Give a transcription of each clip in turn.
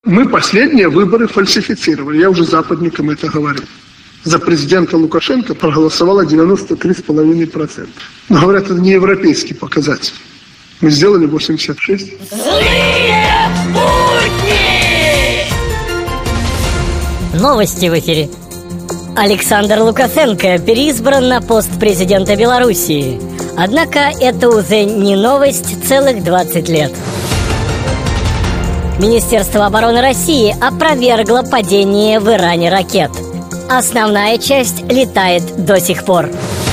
Мы последние выборы фальсифицировали. Я уже западникам это говорю. За президента Лукашенко проголосовало 93,5%. Но говорят, это не европейский показатель. Мы сделали 86%. Злые будни! Новости в эфире. Александр Лукашенко переизбран на пост президента Белоруссии. Однако это уже не новость целых 20 лет. Министерство обороны России опровергло падение в Иране ракет. Основная часть летает до сих пор.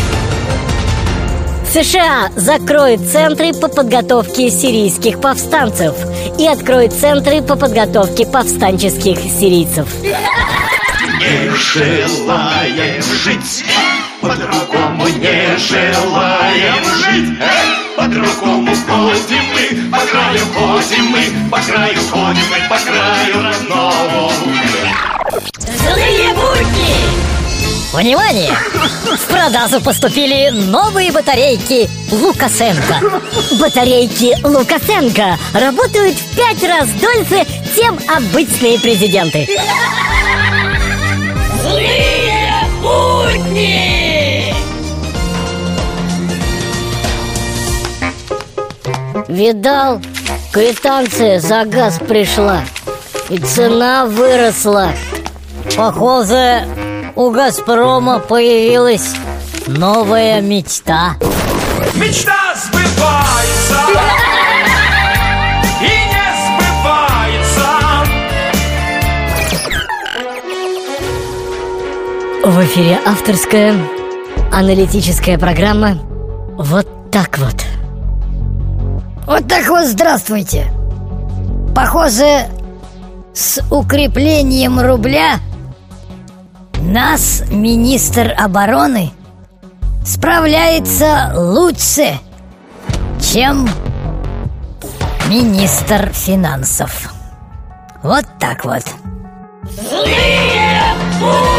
США закроет центры по подготовке сирийских повстанцев и откроет центры по подготовке повстанческих сирийцев. Не желаем жить, по-другому не желаем жить. По-другому ходим мы, по краю ходим мы, по краю ходим мы, по краю родному. Злые будни! Внимание! В продажу поступили новые батарейки Лукашенко. Батарейки Лукашенко работают в 5 раз дольше, чем обычные президенты. Злые будни! Видал, квитанция за газ пришла, и цена выросла. Похоже, у «Газпрома» появилась новая мечта. Мечта сбывается и не сбывается. В эфире авторская аналитическая программа «Вот так вот». Вот так вот, здравствуйте. Похоже, с укреплением рубля нас министр обороны справляется лучше, чем министр финансов. Вот так вот. Злые будни!